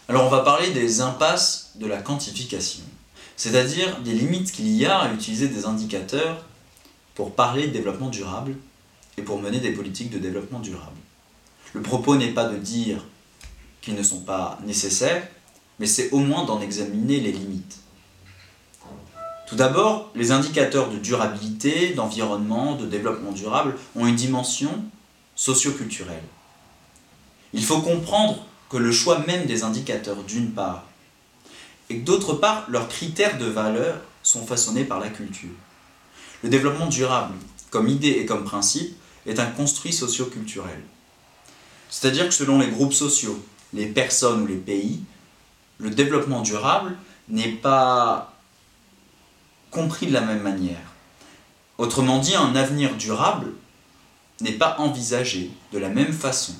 Alors on va parler des impasses de la quantification, c'est-à-dire des limites qu'il y a à utiliser des indicateurs pour parler de développement durable et pour mener des politiques de développement durable. Le propos n'est pas de dire qu'ils ne sont pas nécessaires, mais c'est au moins d'en examiner les limites. Tout d'abord, les indicateurs de durabilité, d'environnement, de développement durable ont une dimension socio-culturelle. Il faut comprendre que le choix même des indicateurs, d'une part, et que d'autre part, leurs critères de valeur sont façonnés par la culture. Le développement durable, comme idée et comme principe, est un construit socio-culturel. C'est-à-dire que selon les groupes sociaux, les personnes ou les pays, le développement durable n'est pas compris de la même manière. Autrement dit, un avenir durable n'est pas envisagé de la même façon.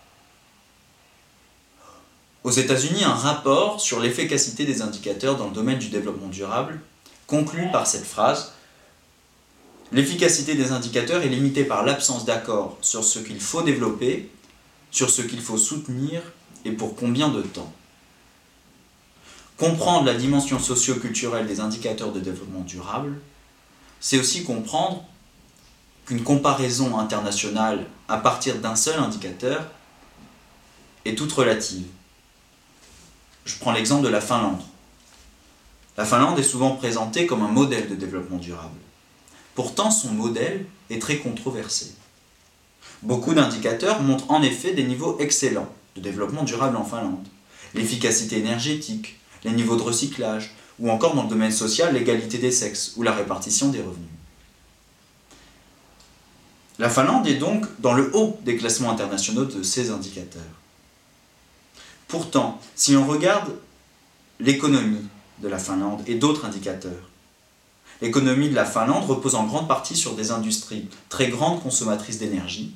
Aux États-Unis, un rapport sur l'efficacité des indicateurs dans le domaine du développement durable conclut par cette phrase: « L'efficacité des indicateurs est limitée par l'absence d'accord sur ce qu'il faut développer, sur ce qu'il faut soutenir et pour combien de temps. » Comprendre la dimension socio-culturelle des indicateurs de développement durable, c'est aussi comprendre qu'une comparaison internationale à partir d'un seul indicateur est toute relative. Je prends l'exemple de la Finlande. La Finlande est souvent présentée comme un modèle de développement durable. Pourtant, son modèle est très controversé. Beaucoup d'indicateurs montrent en effet des niveaux excellents de développement durable en Finlande. L'efficacité énergétique, les niveaux de recyclage, ou encore dans le domaine social, l'égalité des sexes ou la répartition des revenus. La Finlande est donc dans le haut des classements internationaux de ces indicateurs. Pourtant, si on regarde l'économie de la Finlande et d'autres indicateurs, l'économie de la Finlande repose en grande partie sur des industries très grandes consommatrices d'énergie.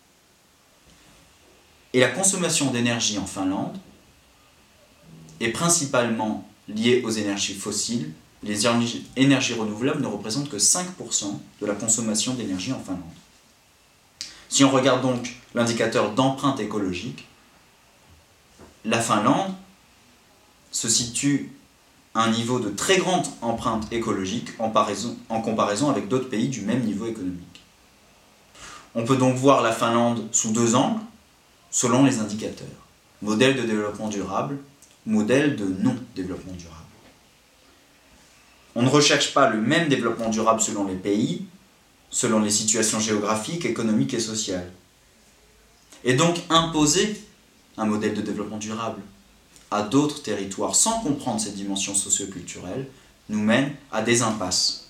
Et la consommation d'énergie en Finlande est principalement liée aux énergies fossiles. Les énergies renouvelables ne représentent que 5% de la consommation d'énergie en Finlande. Si on regarde donc l'indicateur d'empreinte écologique, la Finlande se situe à un niveau de très grande empreinte écologique en comparaison avec d'autres pays du même niveau économique. On peut donc voir la Finlande sous deux angles, selon les indicateurs. Modèle de développement durable, modèle de non-développement durable. On ne recherche pas le même développement durable selon les pays, selon les situations géographiques, économiques et sociales. Et donc imposer un modèle de développement durable à d'autres territoires sans comprendre cette dimension socio-culturelle nous mène à des impasses.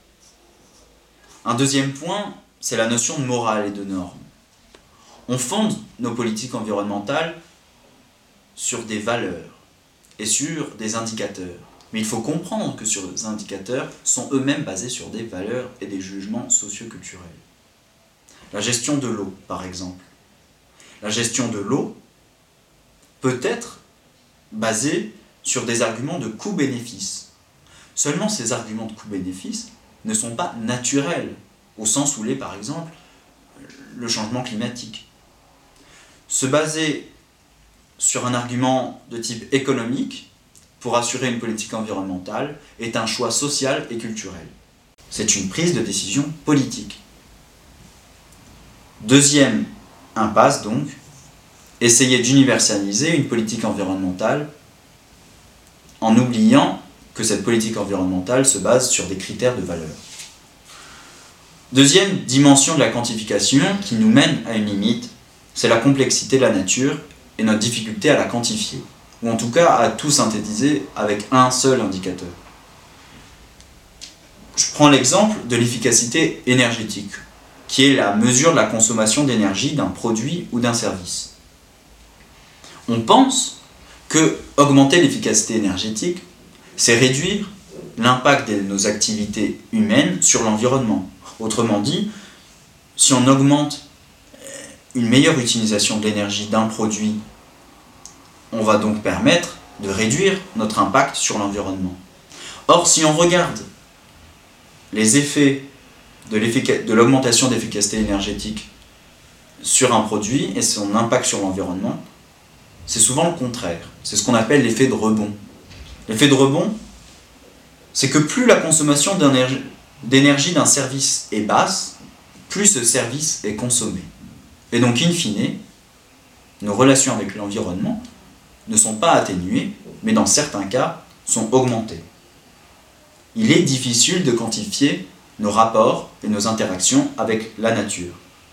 Un deuxième point, c'est la notion de morale et de normes. On fonde nos politiques environnementales sur des valeurs et sur des indicateurs. Mais il faut comprendre que ces indicateurs sont eux-mêmes basés sur des valeurs et des jugements socio-culturels. La gestion de l'eau, par exemple. La gestion de l'eau peut être basée sur des arguments de coût-bénéfice. Seulement ces arguments de coût-bénéfice ne sont pas naturels, au sens où l'est, par exemple, le changement climatique. Se baser sur un argument de type économique pour assurer une politique environnementale est un choix social et culturel. C'est une prise de décision politique. Deuxième impasse donc, essayer d'universaliser une politique environnementale en oubliant que cette politique environnementale se base sur des critères de valeur. Deuxième dimension de la quantification qui nous mène à une limite, c'est la complexité de la nature et notre difficulté à la quantifier, ou en tout cas à tout synthétiser avec un seul indicateur. Je prends l'exemple de l'efficacité énergétique, qui est la mesure de la consommation d'énergie d'un produit ou d'un service. On pense que augmenter l'efficacité énergétique, c'est réduire l'impact de nos activités humaines sur l'environnement. Autrement dit, si on augmente une meilleure utilisation de l'énergie d'un produit, on va donc permettre de réduire notre impact sur l'environnement. Or, si on regarde les effets de l'augmentation d'efficacité énergétique sur un produit et son impact sur l'environnement, c'est souvent le contraire. C'est ce qu'on appelle l'effet de rebond. L'effet de rebond, c'est que plus la consommation d'énergie d'un service est basse, plus ce service est consommé. Et donc, in fine, nos relations avec l'environnement ne sont pas atténuées, mais dans certains cas, sont augmentées. Il est difficile de quantifier nos rapports et nos interactions avec la nature.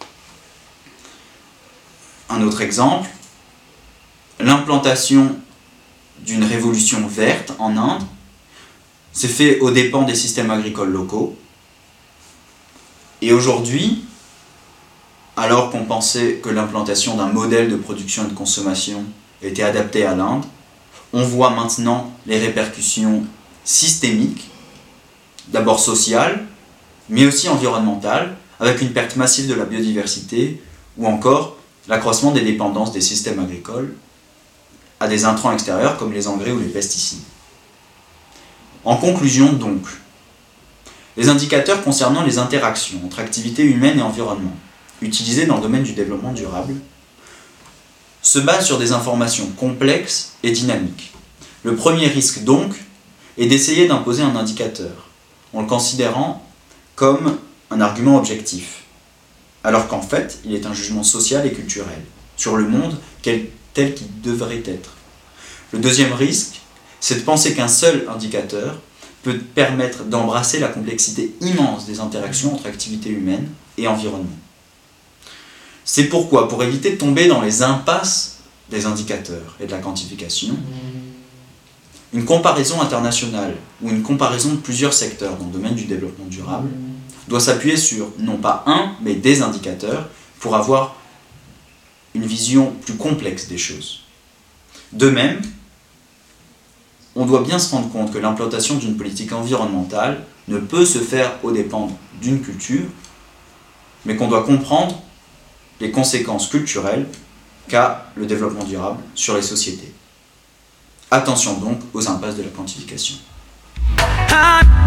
Un autre exemple, l'implantation d'une révolution verte en Inde s'est fait aux dépens des systèmes agricoles locaux. Et aujourd'hui, alors qu'on pensait que l'implantation d'un modèle de production et de consommation était adapté à l'Inde, on voit maintenant les répercussions systémiques, d'abord sociales, mais aussi environnementales, avec une perte massive de la biodiversité ou encore l'accroissement des dépendances des systèmes agricoles à des intrants extérieurs comme les engrais ou les pesticides. En conclusion donc, les indicateurs concernant les interactions entre activités humaines et environnement, utilisés dans le domaine du développement durable, se basent sur des informations complexes et dynamiques. Le premier risque donc est d'essayer d'imposer un indicateur, en le considérant comme un argument objectif, alors qu'en fait, il est un jugement social et culturel sur le monde tel qu'il devrait être. Le deuxième risque, c'est de penser qu'un seul indicateur peut permettre d'embrasser la complexité immense des interactions entre activités humaines et environnement. C'est pourquoi, pour éviter de tomber dans les impasses des indicateurs et de la quantification, une comparaison internationale ou une comparaison de plusieurs secteurs dans le domaine du développement durable doit s'appuyer sur non pas un, mais des indicateurs pour avoir une vision plus complexe des choses. De même, on doit bien se rendre compte que l'implantation d'une politique environnementale ne peut se faire aux dépens d'une culture, mais qu'on doit comprendre les conséquences culturelles qu'a le développement durable sur les sociétés. Attention donc aux impasses de la quantification.